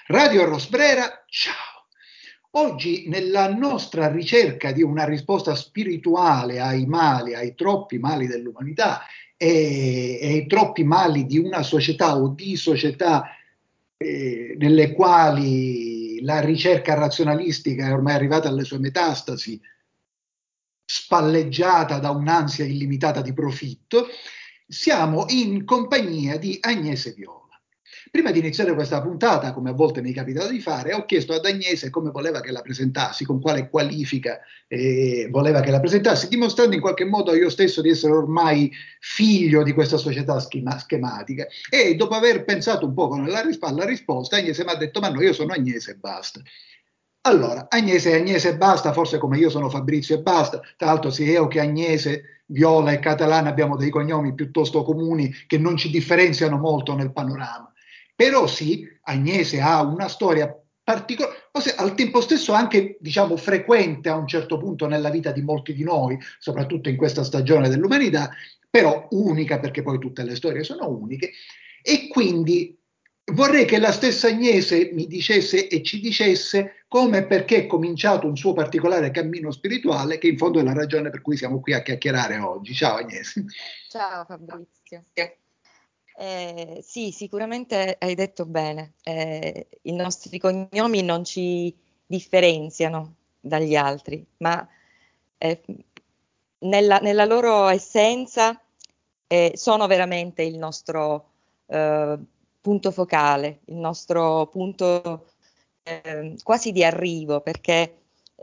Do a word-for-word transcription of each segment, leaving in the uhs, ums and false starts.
Radio Rosbrera, ciao! Oggi nella nostra ricerca di una risposta spirituale ai mali, ai troppi mali dell'umanità e, e ai troppi mali di una società o di società eh, nelle quali la ricerca razionalistica è ormai arrivata alle sue metastasi, spalleggiata da un'ansia illimitata di profitto, siamo in compagnia di Agnese Viola. Prima di iniziare questa puntata, come a volte mi è capitato di fare, ho chiesto ad Agnese come voleva che la presentassi, con quale qualifica eh, voleva che la presentassi, dimostrando in qualche modo io stesso di essere ormai figlio di questa società schema- schematica. E dopo aver pensato un po' alla, risp- alla risposta, Agnese mi ha detto: ma no, io sono Agnese e basta. Allora, Agnese e Agnese e basta, forse come io sono Fabrizio e basta. Tra l'altro sia io che Agnese, Viola e Catalana abbiamo dei cognomi piuttosto comuni che non ci differenziano molto nel panorama. Però sì, Agnese ha una storia particolare, al tempo stesso anche, diciamo, frequente a un certo punto nella vita di molti di noi, soprattutto in questa stagione dell'umanità, però unica perché poi tutte le storie sono uniche. E quindi vorrei che la stessa Agnese mi dicesse e ci dicesse come e perché è cominciato un suo particolare cammino spirituale, che in fondo è la ragione per cui siamo qui a chiacchierare oggi. Ciao Agnese. Ciao Fabrizio. Eh, sì, sicuramente hai detto bene. Eh, i nostri cognomi non ci differenziano dagli altri, ma eh, nella, nella loro essenza eh, sono veramente il nostro eh, punto focale, il nostro punto eh, quasi di arrivo, perché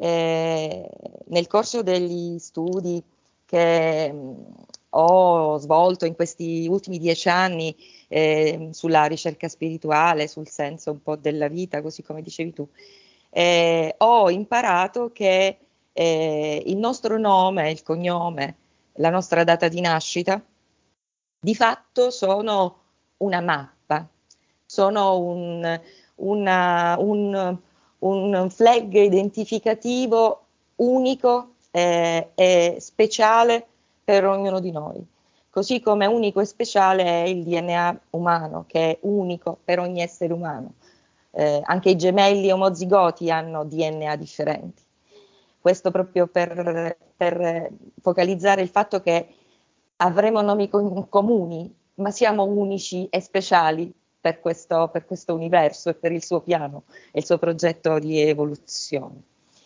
eh, nel corso degli studi che mh, ho svolto in questi ultimi dieci anni eh, sulla ricerca spirituale, sul senso un po' della vita, così come dicevi tu, eh, ho imparato che eh, il nostro nome, il cognome, la nostra data di nascita, di fatto sono una mappa, sono un, una, un, un flag identificativo unico eh, e speciale per ognuno di noi. Così come unico e speciale è il D N A umano, che è unico per ogni essere umano. Eh, anche i gemelli omozigoti hanno D N A differenti. Questo proprio per, per focalizzare il fatto che avremo nomi com- comuni, ma siamo unici e speciali per questo, per questo universo e per il suo piano e il suo progetto di evoluzione.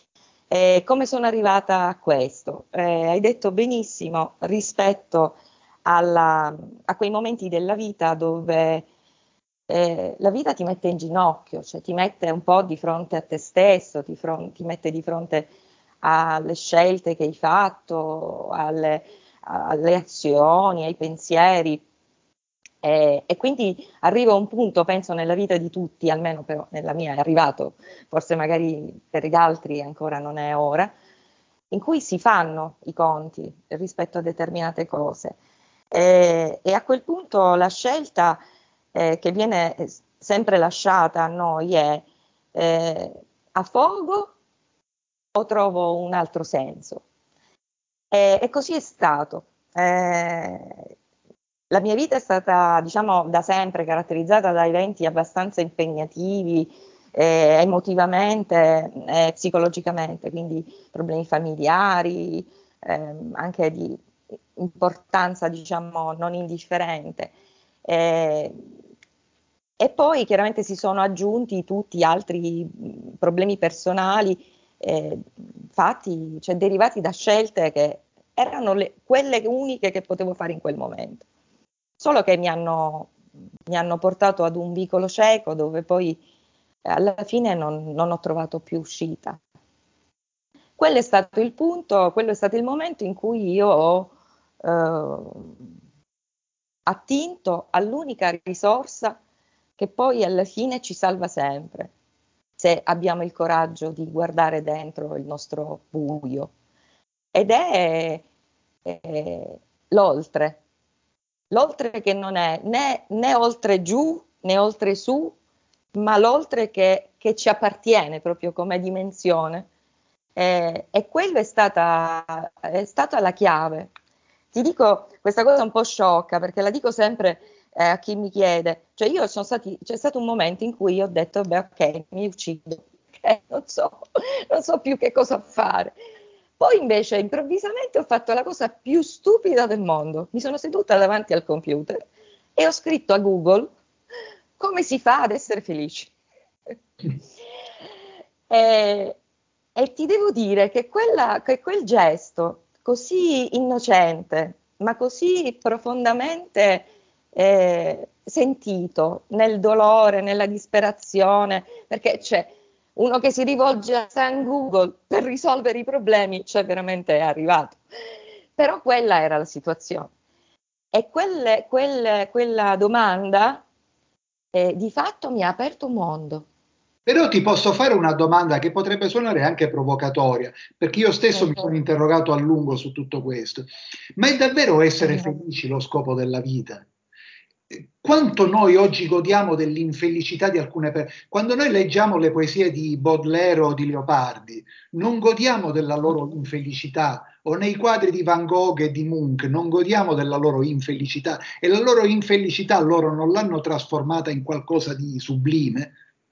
Eh, come sono arrivata a questo? Eh, hai detto benissimo rispetto alla, a quei momenti della vita dove eh, la vita ti mette in ginocchio, cioè ti mette un po' di fronte a te stesso, ti, fron- ti mette di fronte alle scelte che hai fatto, alle, alle azioni, ai pensieri. E, e quindi arriva un punto, penso, nella vita di tutti, almeno però nella mia è arrivato, forse magari per gli altri ancora non è ora, in cui si fanno i conti rispetto a determinate cose. E, e a quel punto la scelta eh, che viene sempre lasciata a noi è eh, affogo o trovo un altro senso? E, e così è stato. Eh, la mia vita è stata, diciamo, da sempre caratterizzata da eventi abbastanza impegnativi, eh, emotivamente e psicologicamente, quindi problemi familiari, ehm, anche di importanza, diciamo, non indifferente. Eh, e poi chiaramente si sono aggiunti tutti altri mh, problemi personali eh, fatti, cioè derivati da scelte che erano le, quelle uniche che potevo fare in quel momento. Solo che mi hanno, mi hanno portato ad un vicolo cieco dove poi eh, alla fine non, non ho trovato più uscita. Quello è stato il punto, quello è stato il momento in cui io ho eh, attinto all'unica risorsa che poi alla fine ci salva sempre, se abbiamo il coraggio di guardare dentro il nostro buio. Ed è eh, l'oltre, l'oltre che non è né, né oltre giù né oltre su, ma l'oltre che, che ci appartiene proprio come dimensione. Eh, e quello è stata, è stata la chiave. Ti dico questa cosa un po' sciocca perché la dico sempre eh, a chi mi chiede, cioè io sono stati, c'è stato un momento in cui io ho detto, beh, ok, mi uccido, okay, non so, non so più che cosa fare. Poi invece improvvisamente ho fatto la cosa più stupida del mondo, mi sono seduta davanti al computer e ho scritto a Google come si fa ad essere felici. E, e ti devo dire che, quella, che quel gesto così innocente, ma così profondamente eh, sentito nel dolore, nella disperazione, perché c'è uno che si rivolge a San Google per risolvere i problemi, cioè veramente è arrivato. Però quella era la situazione. E quelle, quelle, quella domanda eh, di fatto mi ha aperto un mondo. Però ti posso fare una domanda che potrebbe suonare anche provocatoria, perché io stesso mi sono Mhm. interrogato a lungo su tutto questo. Ma è davvero essere Mhm. felici lo scopo della vita? Eh, Quanto noi oggi godiamo dell'infelicità di alcune persone? Quando noi leggiamo le poesie di Baudelaire o di Leopardi, non godiamo della loro infelicità, o nei quadri di Van Gogh e di Munch non godiamo della loro infelicità, e la loro infelicità loro non l'hanno trasformata in qualcosa di sublime?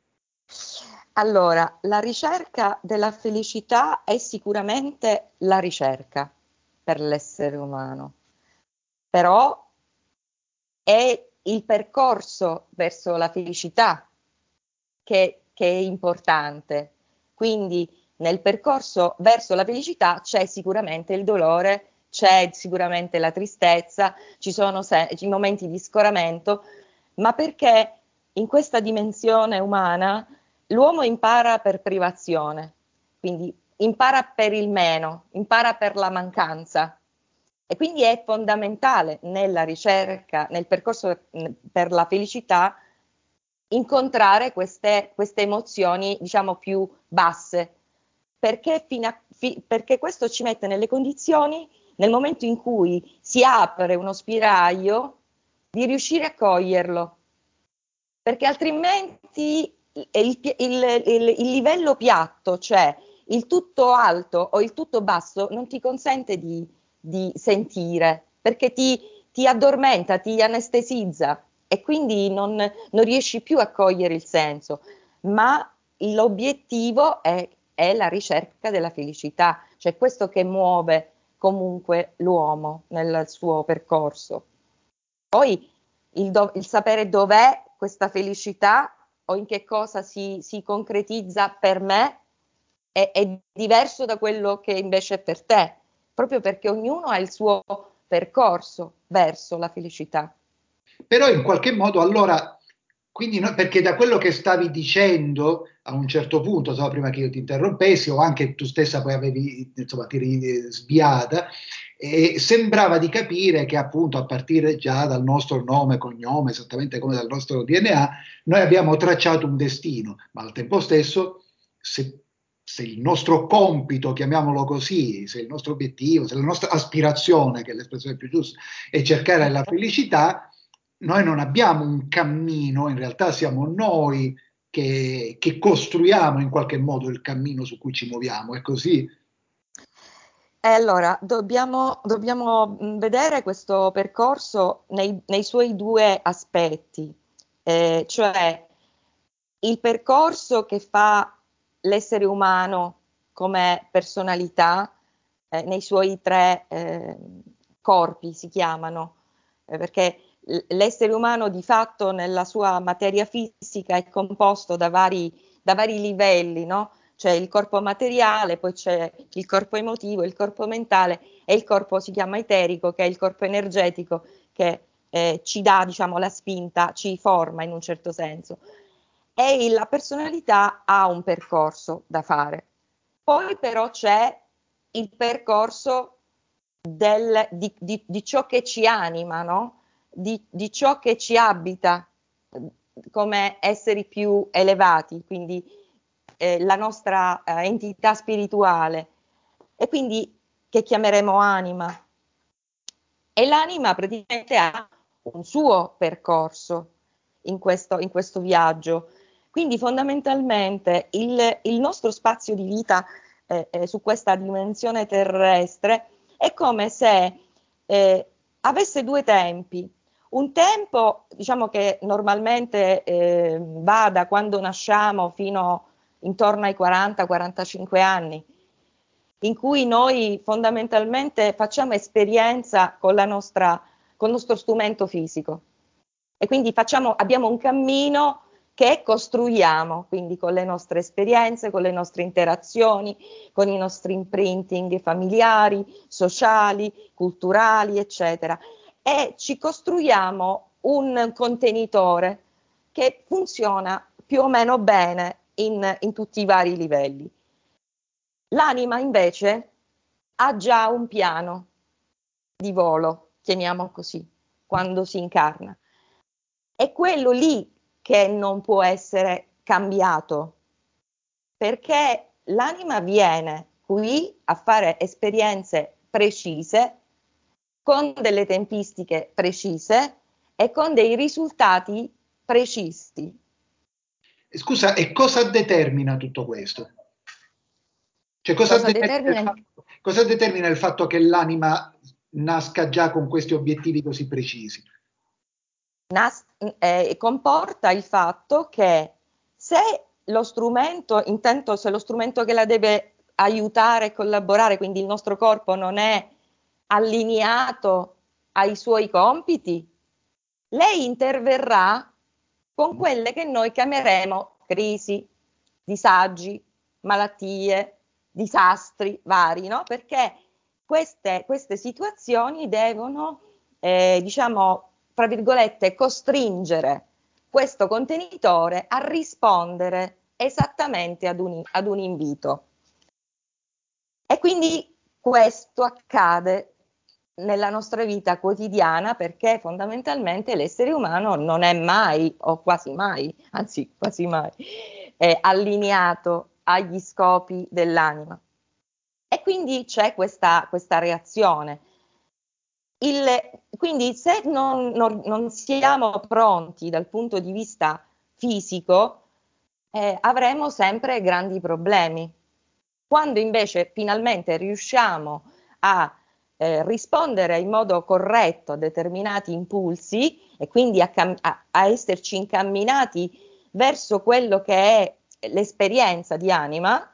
Allora, la ricerca della felicità è sicuramente la ricerca per l'essere umano, però è il percorso verso la felicità che, che è importante. Quindi nel percorso verso la felicità c'è sicuramente il dolore, c'è sicuramente la tristezza, ci sono se- i momenti di scoramento, ma perché in questa dimensione umana l'uomo impara per privazione, quindi impara per il meno, impara per la mancanza. E quindi è fondamentale nella ricerca, nel percorso per la felicità, incontrare queste, queste emozioni, diciamo, più basse, perché, fino a, fi, perché questo ci mette nelle condizioni, nel momento in cui si apre uno spiraglio, di riuscire a coglierlo, perché altrimenti il, il, il, il, il livello piatto, cioè il tutto alto o il tutto basso, non ti consente di, di sentire, perché ti, ti addormenta, ti anestesizza e quindi non, non riesci più a cogliere il senso. Ma l'obiettivo è, è la ricerca della felicità, cioè questo che muove comunque l'uomo nel suo percorso. Poi il, do, il sapere dov'è questa felicità o in che cosa si, si concretizza per me è, è diverso da quello che invece è per te, proprio perché ognuno ha il suo percorso verso la felicità. Però in qualche modo allora, quindi no- perché da quello che stavi dicendo a un certo punto, so, prima che io ti interrompessi, o anche tu stessa poi avevi, insomma, ti eri sviata, e sembrava di capire che appunto a partire già dal nostro nome e cognome, esattamente come dal nostro D N A, noi abbiamo tracciato un destino, ma al tempo stesso, se, se il nostro compito, chiamiamolo così, se il nostro obiettivo, se la nostra aspirazione, che è l'espressione più giusta, è cercare la felicità, noi non abbiamo un cammino, in realtà siamo noi che, che costruiamo in qualche modo il cammino su cui ci muoviamo, è così? E allora dobbiamo, dobbiamo mh, vedere questo percorso nei, nei suoi due aspetti, eh, cioè il percorso che fa l'essere umano come personalità eh, nei suoi tre eh, corpi si chiamano, eh, perché l- l'essere umano di fatto nella sua materia fisica è composto da vari, da vari livelli, no? C'è il corpo materiale, poi c'è il corpo emotivo, il corpo mentale e il corpo si chiama eterico, che è il corpo energetico che eh, ci dà, diciamo, la spinta, ci forma in un certo senso. E la personalità ha un percorso da fare. Poi però c'è il percorso del, di, di, di ciò che ci anima, no? Di, di ciò che ci abita come esseri più elevati, quindi eh, la nostra eh, entità spirituale, e quindi che chiameremo anima. E l'anima praticamente ha un suo percorso in questo, in questo viaggio. Quindi fondamentalmente il, il nostro spazio di vita eh, eh, su questa dimensione terrestre è come se eh, avesse due tempi. un tempo, diciamo che normalmente eh, va da quando nasciamo fino intorno ai quaranta quarantacinque anni, in cui noi fondamentalmente facciamo esperienza con la nostra, con il nostro strumento fisico e quindi facciamo, abbiamo un cammino che costruiamo, quindi con le nostre esperienze, con le nostre interazioni, con i nostri imprinting familiari, sociali, culturali, eccetera. E ci costruiamo un contenitore che funziona più o meno bene in, in tutti i vari livelli. L'anima invece ha già un piano di volo, chiamiamo così, quando si incarna. È quello lì che non può essere cambiato, perché l'anima viene qui a fare esperienze precise, con delle tempistiche precise e con dei risultati precisi. Scusa, e cosa determina tutto questo? Cioè, cosa Cosa determina il determina? fatto, cosa determina il fatto che l'anima nasca già con questi obiettivi così precisi? Nas- eh, comporta il fatto che se lo strumento, intanto se lo strumento che la deve aiutare e collaborare, quindi il nostro corpo non è allineato ai suoi compiti, lei interverrà con quelle che noi chiameremo crisi, disagi, malattie, disastri vari, no? Perché queste, queste situazioni devono, eh, diciamo, tra virgolette, costringere questo contenitore a rispondere esattamente ad un, ad un invito. E quindi questo accade nella nostra vita quotidiana perché fondamentalmente l'essere umano non è mai, o quasi mai, anzi quasi mai, è allineato agli scopi dell'anima. E quindi c'è questa, questa reazione. Il, quindi se non, non, non siamo pronti dal punto di vista fisico, eh, avremo sempre grandi problemi. Quando invece finalmente riusciamo a eh, rispondere in modo corretto a determinati impulsi e quindi a, a, a esserci incamminati verso quello che è l'esperienza di anima,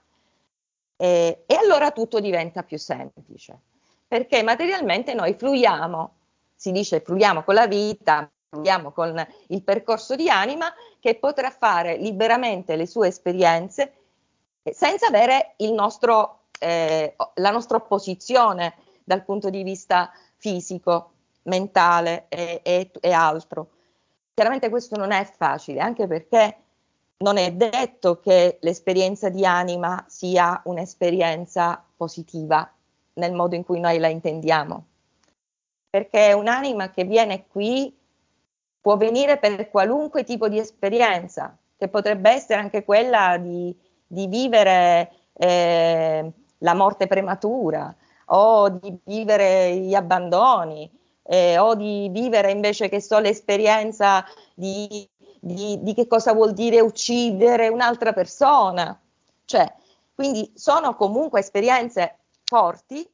eh, e allora tutto diventa più semplice, perché materialmente noi fluiamo, si dice fluiamo con la vita, fluiamo con il percorso di anima che potrà fare liberamente le sue esperienze senza avere il nostro, eh, la nostra opposizione dal punto di vista fisico, mentale e, e, e altro. Chiaramente questo non è facile, anche perché non è detto che l'esperienza di anima sia un'esperienza positiva nel modo in cui noi la intendiamo, perché un'anima che viene qui può venire per qualunque tipo di esperienza, che potrebbe essere anche quella di, di vivere eh, la morte prematura o di vivere gli abbandoni eh, o di vivere invece che so l'esperienza di, di, di che cosa vuol dire uccidere un'altra persona. Cioè, quindi sono comunque esperienze forti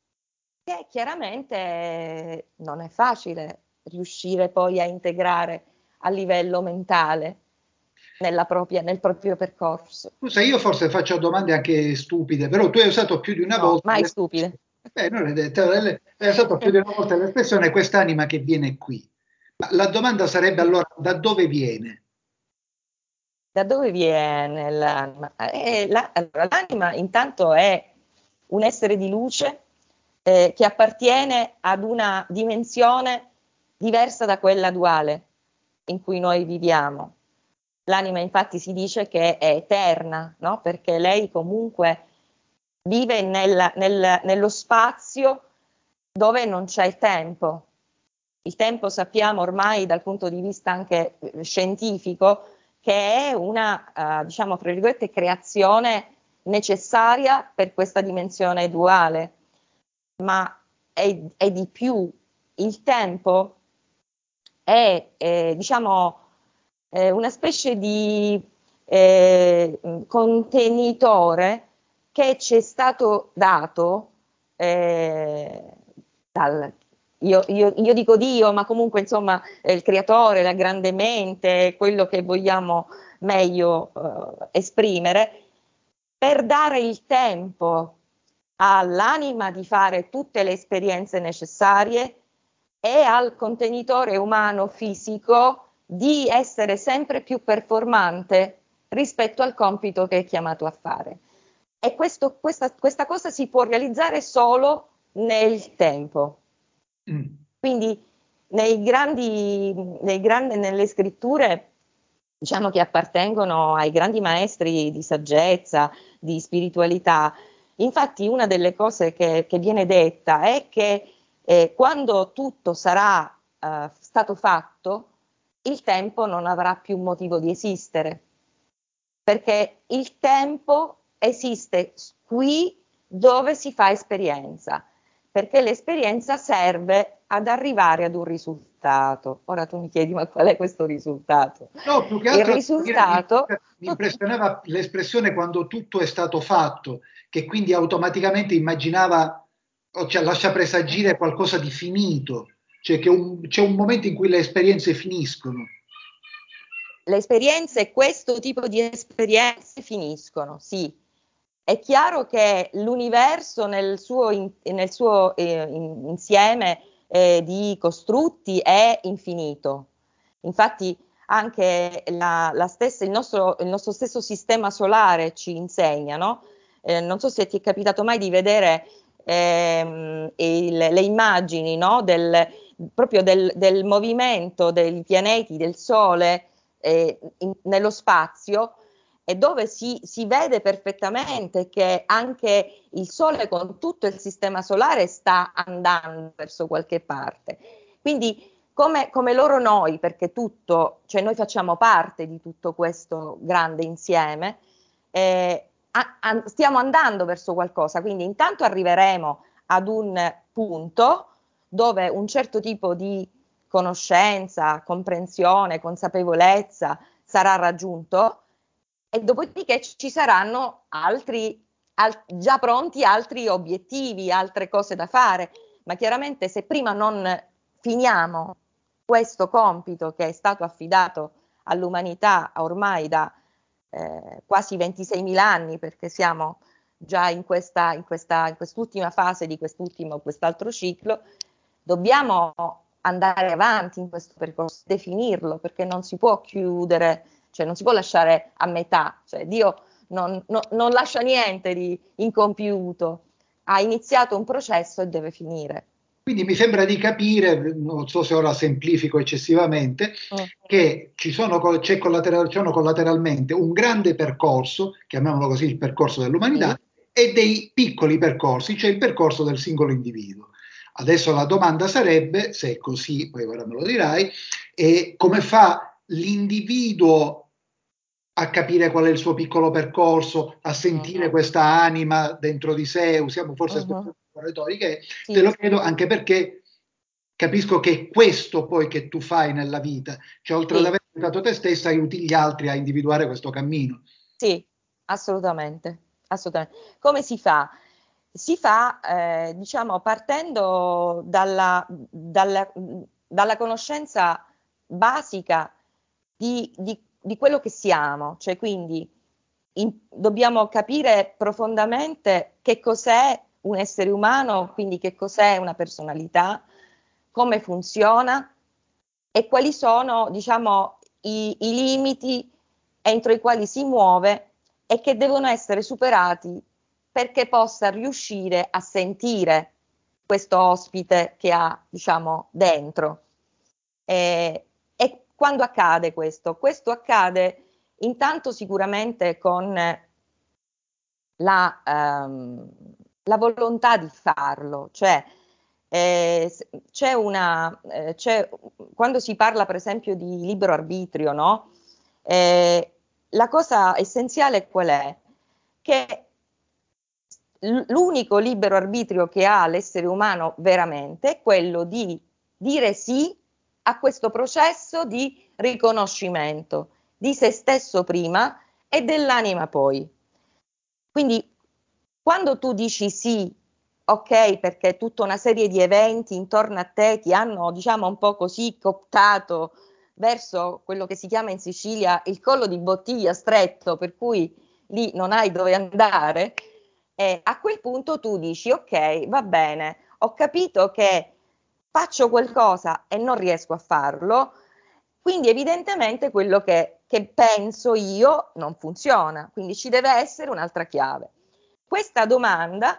che chiaramente non è facile riuscire poi a integrare a livello mentale nella propria, nel proprio percorso. Scusa, io forse faccio domande anche stupide, però tu hai usato più di una No, volta mai l'espressione, stupide. eh, non hai detto, hai usato più di una volta l'espressione quest'anima che viene qui. Ma la domanda sarebbe allora da dove viene? Da dove viene l'anima? Eh, la, allora, l'anima intanto è un essere di luce eh, che appartiene ad una dimensione diversa da quella duale in cui noi viviamo. L'anima infatti si dice che è eterna, no? Perché lei comunque vive nel, nel, nello spazio dove non c'è il tempo. Il tempo sappiamo ormai dal punto di vista anche scientifico che è una, eh, diciamo, tra virgolette, creazione necessaria per questa dimensione duale, ma è, è di più. Il tempo è, eh, diciamo, eh, una specie di eh, contenitore che ci è stato dato eh, dal, io, io, io dico Dio, ma comunque insomma è il creatore, la grande mente, quello che vogliamo meglio eh, esprimere, per dare il tempo all'anima di fare tutte le esperienze necessarie e al contenitore umano fisico di essere sempre più performante rispetto al compito che è chiamato a fare. E questo, questa, questa cosa si può realizzare solo nel tempo. Mm. Quindi nei grandi, nei grandi, nelle scritture, diciamo, che appartengono ai grandi maestri di saggezza, di spiritualità, infatti una delle cose che, che viene detta è che eh, quando tutto sarà eh, stato fatto, il tempo non avrà più motivo di esistere, perché il tempo esiste qui dove si fa esperienza, perché l'esperienza serve ad arrivare ad un risultato. Ora tu mi chiedi, ma qual è questo risultato? No, più che Il altro risultato... mi impressionava l'espressione quando tutto è stato fatto, che quindi automaticamente immaginava, o cioè lascia presagire qualcosa di finito, cioè che un, c'è un momento in cui le esperienze finiscono. Le esperienze, questo tipo di esperienze finiscono, sì. È chiaro che l'universo nel suo, in, nel suo eh, in, insieme eh, di costrutti è infinito. Infatti anche la, la stessa, il, nostro, il nostro stesso sistema solare ci insegna, no? Eh, non so se ti è capitato mai di vedere ehm, il, le immagini, no? del, proprio del, del movimento dei pianeti, del Sole eh, in, nello spazio, e dove si, si vede perfettamente che anche il Sole con tutto il sistema solare sta andando verso qualche parte. Quindi come, come loro noi, perché tutto, cioè noi facciamo parte di tutto questo grande insieme, eh, a, a, stiamo andando verso qualcosa, quindi intanto arriveremo ad un punto dove un certo tipo di conoscenza, comprensione, consapevolezza sarà raggiunto, e dopodiché ci saranno altri, al, già pronti altri obiettivi, altre cose da fare, ma chiaramente se prima non finiamo questo compito che è stato affidato all'umanità ormai da eh, quasi ventiseimila anni, perché siamo già in, questa, in, questa, in quest'ultima fase di quest'ultimo, quest'altro ciclo, dobbiamo andare avanti in questo percorso, definirlo, perché non si può chiudere, cioè non si può lasciare a metà, cioè Dio non, no, non lascia niente di incompiuto, ha iniziato un processo e deve finire. Quindi mi sembra di capire, non so se ora semplifico eccessivamente, mm. che ci sono, c'è collateral, c'è collateralmente un grande percorso, chiamiamolo così il percorso dell'umanità, sì. E dei piccoli percorsi, cioè il percorso del singolo individuo. Adesso la domanda sarebbe, se è così, poi ora me lo dirai, e come fa l'individuo a capire qual è il suo piccolo percorso, a sentire uh-huh. questa anima dentro di sé, usiamo forse uh-huh. retoriche, sì. Te lo chiedo anche perché capisco che è questo poi che tu fai nella vita, cioè oltre sì. ad aver aiutato te stessa, aiuti gli altri a individuare questo cammino. Sì, assolutamente, assolutamente. Come si fa? Si fa, eh, diciamo, partendo dalla, dalla, dalla conoscenza basica di, di, di quello che siamo, cioè quindi in, dobbiamo capire profondamente che cos'è un essere umano, quindi che cos'è una personalità, come funziona e quali sono, diciamo, i, i limiti entro i quali si muove e che devono essere superati perché possa riuscire a sentire questo ospite che ha, diciamo, dentro. E, e quando accade questo? Questo accade intanto sicuramente con la, um, la volontà di farlo, cioè eh, c'è una, eh, c'è, quando si parla per esempio di libero arbitrio, no? Eh, la cosa essenziale qual è? Che l'unico libero arbitrio che ha l'essere umano veramente è quello di dire sì a questo processo di riconoscimento di se stesso prima e dell'anima poi. Quindi quando tu dici sì ok, perché tutta una serie di eventi intorno a te ti hanno, diciamo, un po' così cooptato verso quello che si chiama in Sicilia il collo di bottiglia stretto, per cui lì non hai dove andare, e a quel punto tu dici, ok, va bene, ho capito che faccio qualcosa e non riesco a farlo, quindi evidentemente quello che, che penso io non funziona, quindi ci deve essere un'altra chiave. Questa domanda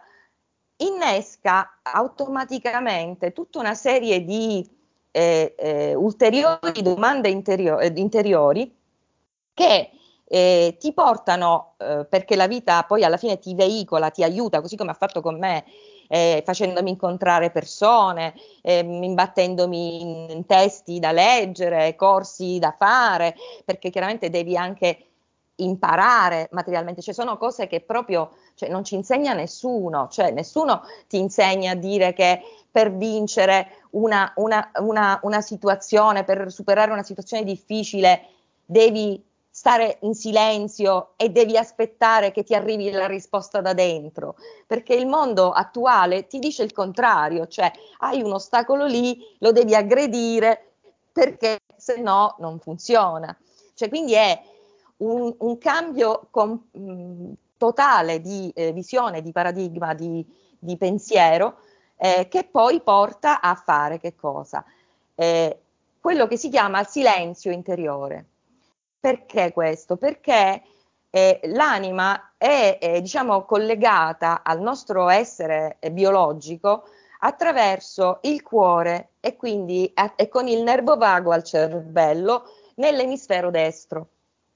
innesca automaticamente tutta una serie di eh, eh, ulteriori domande interio- eh, interiori che eh, ti portano, eh, perché la vita poi alla fine ti veicola, ti aiuta, così come ha fatto con me, eh, facendomi incontrare persone, eh, imbattendomi in, in testi da leggere, corsi da fare, perché chiaramente devi anche imparare materialmente, cioè sono cose che proprio, cioè, non ci insegna nessuno, cioè nessuno ti insegna a dire che per vincere una, una, una, una situazione, per superare una situazione difficile, devi stare in silenzio e devi aspettare che ti arrivi la risposta da dentro, perché il mondo attuale ti dice il contrario, cioè hai un ostacolo lì, lo devi aggredire perché se no non funziona. Cioè, quindi è un, un cambio com, mh, totale di eh, visione, di paradigma, di, di pensiero, eh, che poi porta a fare che cosa? Eh, quello che si chiama silenzio interiore. Perché questo? Perché eh, l'anima è, è diciamo, collegata al nostro essere eh, biologico attraverso il cuore e quindi a, e con il nervo vago al cervello nell'emisfero destro.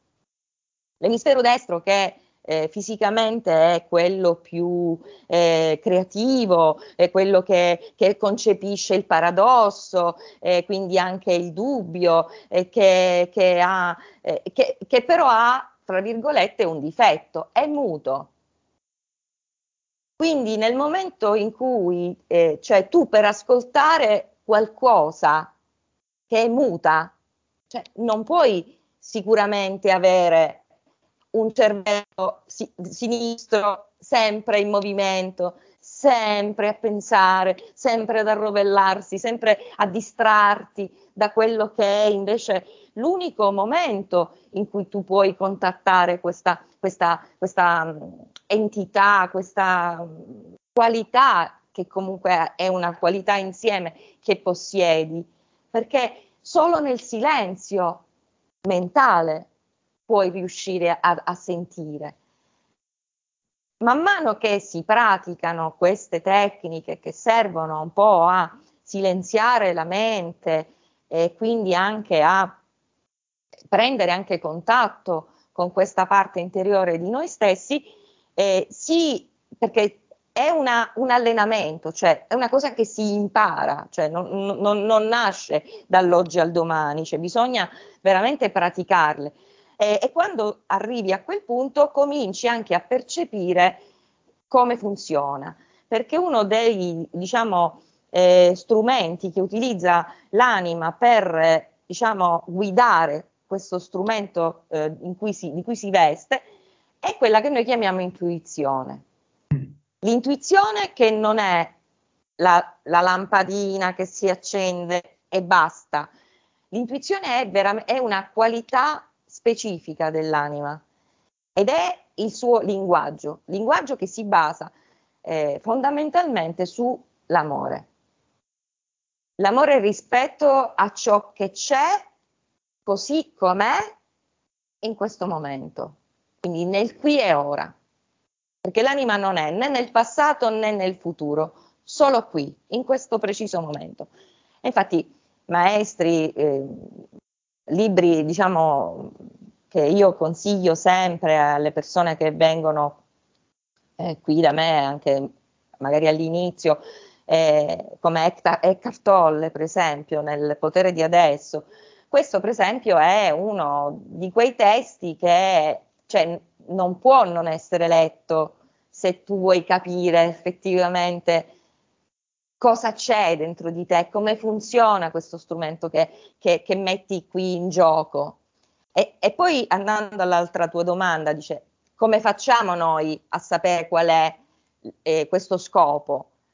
L'emisfero destro che eh, fisicamente è quello più eh, creativo, è quello che, che concepisce il paradosso, eh, quindi anche il dubbio, eh, che, che, ha, eh, che, che però ha, tra virgolette, un difetto, è muto. Quindi nel momento in cui, eh, cioè tu per ascoltare qualcosa che è muta, cioè non puoi sicuramente avere un cervello si- sinistro sempre in movimento, sempre a pensare, sempre ad arrovellarsi, sempre a distrarti da quello che è invece l'unico momento in cui tu puoi contattare questa, questa, questa mh, entità, questa mh, qualità che comunque è una qualità insieme che possiedi, perché solo nel silenzio mentale puoi riuscire a, a sentire. Man mano che si praticano queste tecniche che servono un po' a silenziare la mente e quindi anche a prendere anche contatto con questa parte interiore di noi stessi, eh, sì, perché è una, un allenamento, cioè è una cosa che si impara, cioè non, non, non nasce dall'oggi al domani, cioè bisogna veramente praticarle. E, e quando arrivi a quel punto cominci anche a percepire come funziona, perché uno dei, diciamo, eh, strumenti che utilizza l'anima per, eh, diciamo, guidare questo strumento eh, in cui si, di cui si veste è quella che noi chiamiamo intuizione. L'intuizione che non è la, la lampadina che si accende e basta. L'intuizione è, vera- è una qualità specifica dell'anima ed è il suo linguaggio, linguaggio che si basa eh, fondamentalmente sull'amore. L'amore rispetto a ciò che c'è così com'è in questo momento, quindi nel qui e ora, perché l'anima non è né nel passato né nel futuro, solo qui, in questo preciso momento. E infatti, maestri, eh, libri, diciamo, che io consiglio sempre alle persone che vengono eh, qui da me, anche magari all'inizio, eh, come Eckhart Tolle, per esempio, nel Potere di Adesso. Questo, per esempio, è uno di quei testi che, cioè, non può non essere letto se tu vuoi capire effettivamente cosa c'è dentro di te, come funziona questo strumento che, che, che metti qui in gioco. E, e poi andando all'altra tua domanda, dice come facciamo noi a sapere qual è eh, questo scopo?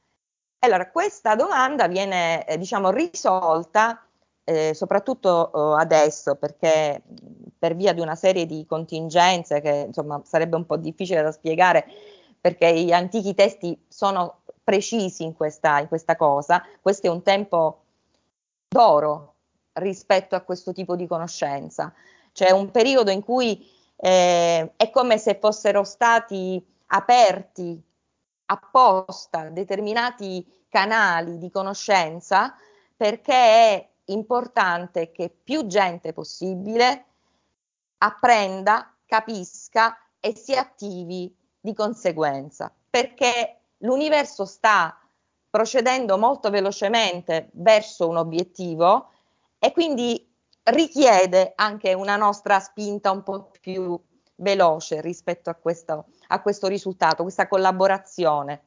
Allora, questa domanda viene, eh, diciamo, risolta eh, soprattutto eh, adesso, perché per via di una serie di contingenze che insomma sarebbe un po' difficile da spiegare, perché gli antichi testi sono precisi in questa, in questa cosa. Questo è un tempo d'oro rispetto a questo tipo di conoscenza. C'è un periodo in cui eh, è come se fossero stati aperti apposta determinati canali di conoscenza, perché è importante che più gente possibile apprenda, capisca e si attivi di conseguenza, perché l'universo sta procedendo molto velocemente verso un obiettivo e quindi richiede anche una nostra spinta un po' più veloce rispetto a questo, a questo risultato, questa collaborazione.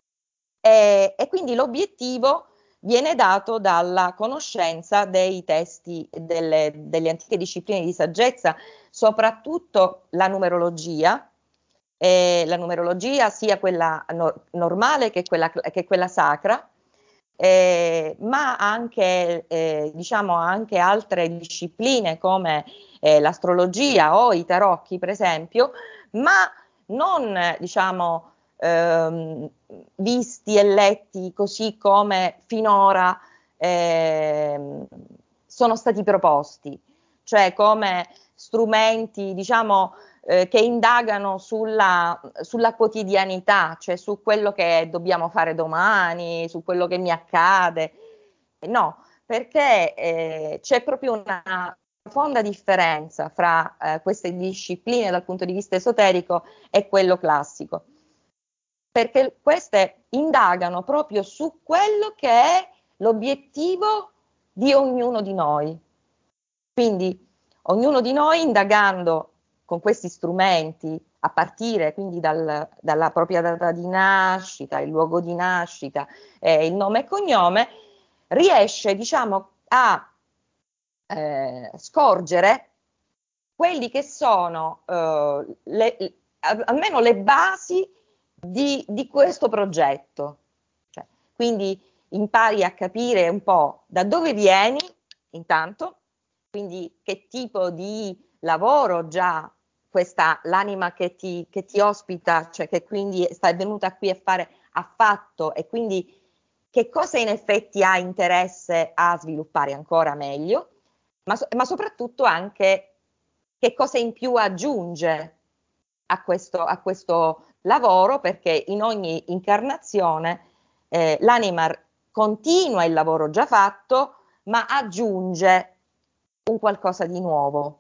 E, e quindi l'obiettivo viene dato dalla conoscenza dei testi delle, delle antiche discipline di saggezza, soprattutto la numerologia, eh, la numerologia sia quella no, normale che quella, che quella sacra, eh, ma anche, eh, diciamo, anche altre discipline come eh, l'astrologia o i tarocchi, per esempio, ma non, diciamo, ehm, visti e letti così come finora ehm, sono stati proposti, cioè come strumenti, diciamo, eh, che indagano sulla, sulla quotidianità, cioè su quello che dobbiamo fare domani, su quello che mi accade. No, perché eh, c'è proprio una profonda differenza fra eh, queste discipline dal punto di vista esoterico e quello classico, perché queste indagano proprio su quello che è l'obiettivo di ognuno di noi. Quindi ognuno di noi indagando con questi strumenti, a partire quindi dal, dalla propria data di nascita, il luogo di nascita, eh, il nome e cognome, riesce, diciamo, a eh, scorgere quelli che sono eh, le, almeno le basi di, di questo progetto. Cioè, quindi impari a capire un po' da dove vieni, intanto, quindi che tipo di lavoro già questa l'anima che ti, che ti ospita, cioè che quindi sta venuta qui a fare, ha fatto, e quindi che cosa in effetti ha interesse a sviluppare ancora meglio, ma, so, ma soprattutto anche che cosa in più aggiunge a questo, a questo lavoro, perché in ogni incarnazione eh, l'anima continua il lavoro già fatto, ma aggiunge un qualcosa di nuovo.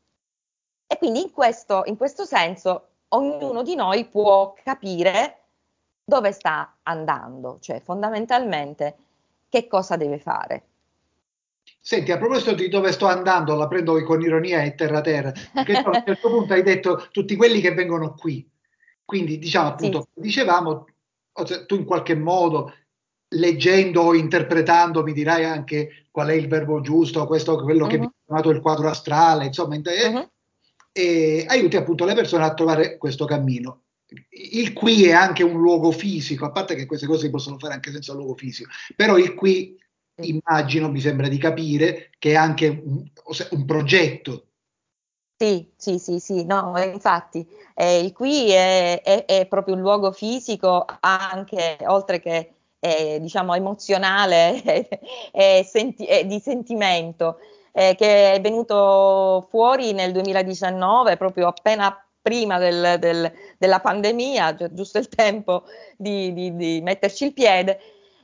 E quindi in questo, in questo senso ognuno di noi può capire dove sta andando, cioè fondamentalmente che cosa deve fare. Senti, a proposito di dove sto andando, la prendo con ironia e terra terra, perché tu a un certo punto hai detto tutti quelli che vengono qui. Quindi, diciamo Sì. appunto, dicevamo, tu in qualche modo, leggendo o interpretando, mi dirai anche qual è il verbo giusto, questo, quello che viene Uh-huh. chiamato il quadro astrale, insomma, e, Uh-huh. e aiuti appunto le persone a trovare questo cammino. Il qui è anche un luogo fisico, a parte che queste cose si possono fare anche senza luogo fisico, però il qui Sì. immagino, mi sembra di capire, che è anche un, un progetto. Sì, sì, sì, sì, no, infatti, eh, qui è, è- è proprio un luogo fisico, anche oltre che eh, diciamo emozionale e senti- e di sentimento, eh, che è venuto fuori nel duemiladiciannove, proprio appena prima del- del- della pandemia, cioè giusto il tempo di, di- di metterci il piede.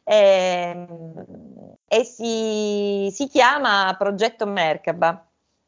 ehm, E, si, si chiama Progetto Merkaba.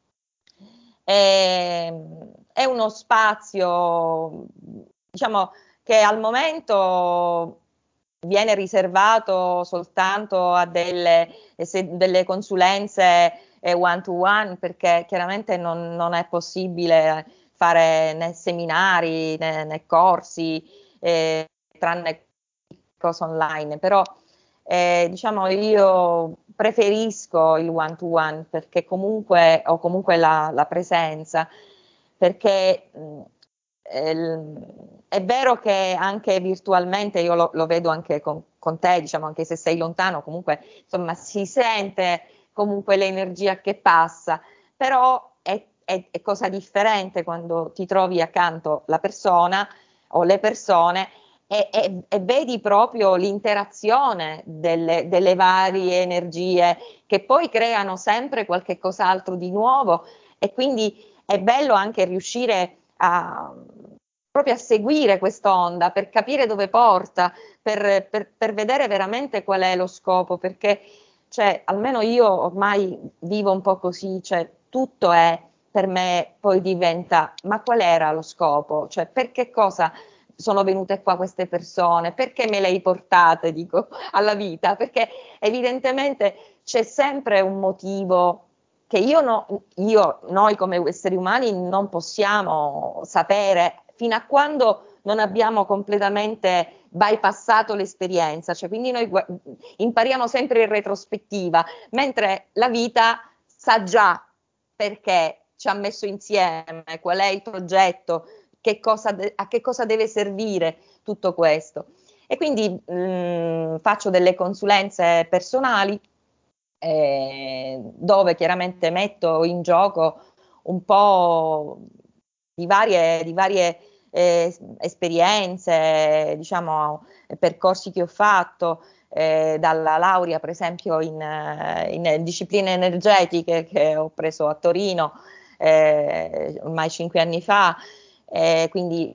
È, è uno spazio, diciamo, che al momento viene riservato soltanto a delle, se- delle consulenze eh, one to one, perché chiaramente non, non è possibile fare né seminari né, né corsi, eh, tranne cose online, però eh, diciamo io preferisco il one to one perché comunque o comunque la, la presenza, perché mh, eh, è vero che anche virtualmente io lo, lo vedo anche con con te, diciamo, anche se sei lontano, comunque insomma si sente comunque l'energia che passa, però è, è, è cosa differente quando ti trovi accanto la persona o le persone e, e, e vedi proprio l'interazione delle, delle varie energie che poi creano sempre qualche cos'altro di nuovo, e quindi è bello anche riuscire a proprio a seguire quest'onda per capire dove porta, per, per, per vedere veramente qual è lo scopo, perché cioè, almeno io ormai vivo un po' così, cioè tutto è per me poi diventa, ma qual era lo scopo? Cioè, per che cosa sono venute qua queste persone? Perché me le hai portate, dico, alla vita? Perché evidentemente c'è sempre un motivo che io, no, io, noi come esseri umani non possiamo sapere fino a quando non abbiamo completamente bypassato l'esperienza, cioè quindi noi impariamo sempre in retrospettiva, mentre la vita sa già perché ci ha messo insieme, qual è il progetto, che cosa de- a che cosa deve servire tutto questo. E quindi mh, faccio delle consulenze personali eh, dove chiaramente metto in gioco un po' di varie, di varie eh, esperienze, diciamo, percorsi che ho fatto, eh, dalla laurea per esempio in, eh, in discipline energetiche che ho preso a Torino eh, ormai cinque anni fa, eh, quindi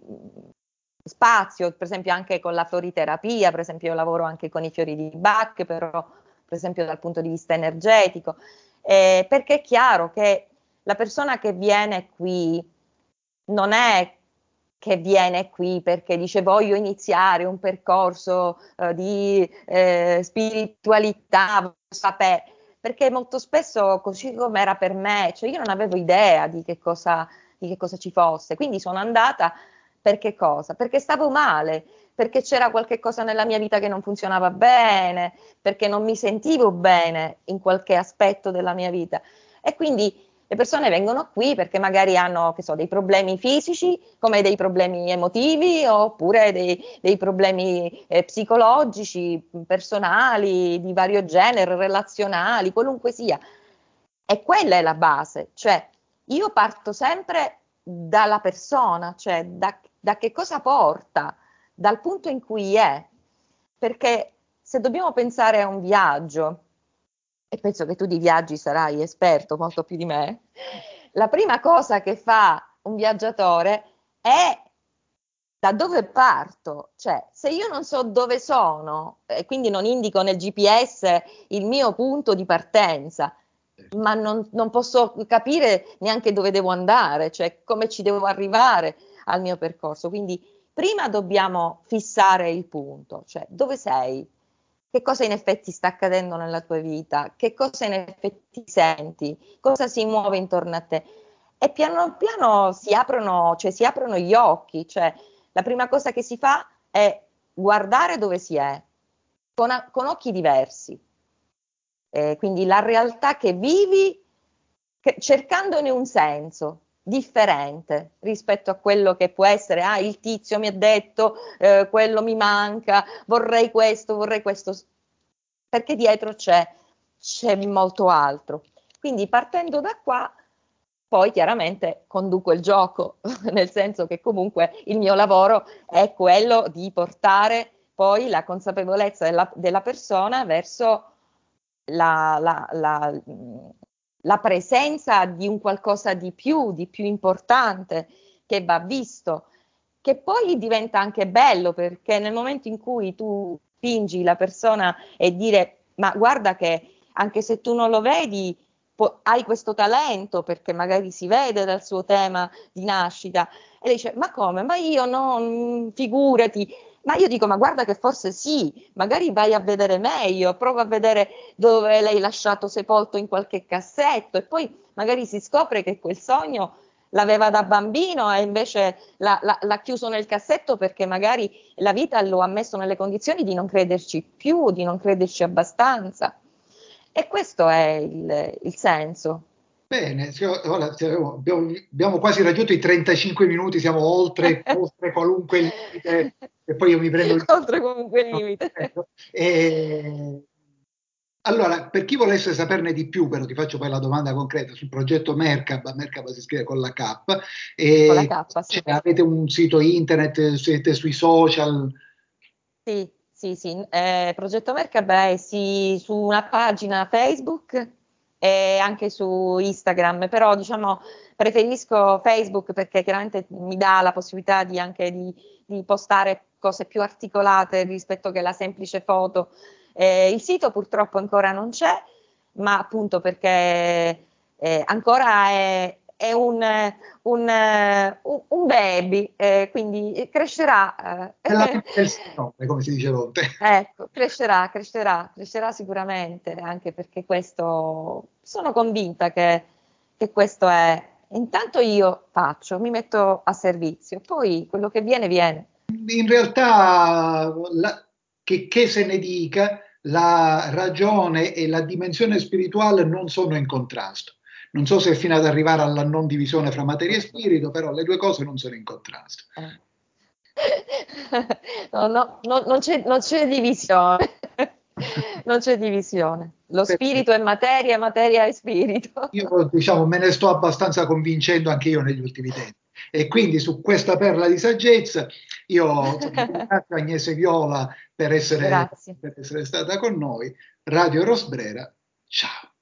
spazio per esempio anche con la floriterapia, per esempio io lavoro anche con i fiori di Bach, però per esempio dal punto di vista energetico, eh, perché è chiaro che la persona che viene qui non è che viene qui perché dice voglio iniziare un percorso eh, di eh, spiritualità, sapere, perché molto spesso, così come era per me, cioè io non avevo idea di che cosa, di che cosa ci fosse, quindi sono andata per che cosa? Perché stavo male, perché c'era qualche cosa nella mia vita che non funzionava bene, perché non mi sentivo bene in qualche aspetto della mia vita. E quindi le persone vengono qui perché magari hanno, che so, dei problemi fisici, come dei problemi emotivi, oppure dei, dei problemi eh, psicologici, personali, di vario genere, relazionali, qualunque sia. E quella è la base, cioè io parto sempre dalla persona, cioè da, da che cosa porta, dal punto in cui è, perché se dobbiamo pensare a un viaggio, e penso che tu di viaggi sarai esperto molto più di me, la prima cosa che fa un viaggiatore è da dove parto, cioè se io non so dove sono e quindi non indico nel G P S il mio punto di partenza, ma non, non posso capire neanche dove devo andare, cioè come ci devo arrivare al mio percorso. Quindi prima dobbiamo fissare il punto, cioè dove sei, che cosa in effetti sta accadendo nella tua vita, che cosa in effetti senti, cosa si muove intorno a te. E piano piano si aprono, cioè si aprono gli occhi, cioè la prima cosa che si fa è guardare dove si è, con, con occhi diversi. Eh, quindi la realtà che vivi, che, cercandone un senso differente rispetto a quello che può essere, ah, il tizio mi ha detto, eh, quello mi manca, vorrei questo, vorrei questo, perché dietro c'è, c'è molto altro. Quindi partendo da qua, poi chiaramente conduco il gioco, nel senso che comunque il mio lavoro è quello di portare poi la consapevolezza della, della persona verso la, la, la, la presenza di un qualcosa di più, di più importante, che va visto, che poi diventa anche bello, perché nel momento in cui tu spingi la persona e dire ma guarda che anche se tu non lo vedi, po- hai questo talento, perché magari si vede dal suo tema di nascita, e lei dice ma come? Ma io no, figurati. Ma io dico, ma guarda che forse sì, magari vai a vedere meglio, prova a vedere dove l'hai lasciato sepolto in qualche cassetto, e poi magari si scopre che quel sogno l'aveva da bambino e invece l'ha, l'ha, l'ha chiuso nel cassetto perché magari la vita lo ha messo nelle condizioni di non crederci più, di non crederci abbastanza. E questo è il, il senso. Bene, sì, ora abbiamo, abbiamo quasi raggiunto i trentacinque minuti, siamo oltre, oltre qualunque limite e poi io mi prendo il... Oltre comunque il limite. Ecco. E... Allora, per chi volesse saperne di più, però ti faccio poi la domanda concreta sul progetto Merkab, Merkab si scrive con la K, Con la e K, sì. cioè, avete un sito internet, siete sui social? Sì, sì, sì. Eh, Progetto Mercab è sì, su una pagina Facebook e anche su Instagram, però diciamo preferisco Facebook perché chiaramente mi dà la possibilità di anche di, di postare cose più articolate rispetto che la semplice foto. Eh, il sito purtroppo ancora non c'è, ma appunto perché eh, ancora è, è un, un, eh, un- un baby, eh, quindi crescerà. Nella eh. mente del Signore, come si dice a volte. Ecco, crescerà, crescerà, crescerà sicuramente, anche perché questo, sono convinta che, che questo è, intanto io faccio, mi metto a servizio, poi quello che viene, viene. In realtà, la- che, che se ne dica, la ragione e la dimensione spirituale non sono in contrasto. Non so se fino ad arrivare alla non divisione fra materia e spirito, però le due cose non sono in contrasto. Eh. No, no, no, non c'è, non c'è divisione, non c'è divisione. Lo spirito è materia, materia è spirito. Io, diciamo, me ne sto abbastanza convincendo anche io negli ultimi tempi. E quindi su questa perla di saggezza io insomma, ringrazio Agnese Viola per essere, Grazie. per essere stata con noi. Radio Rosbrera, ciao.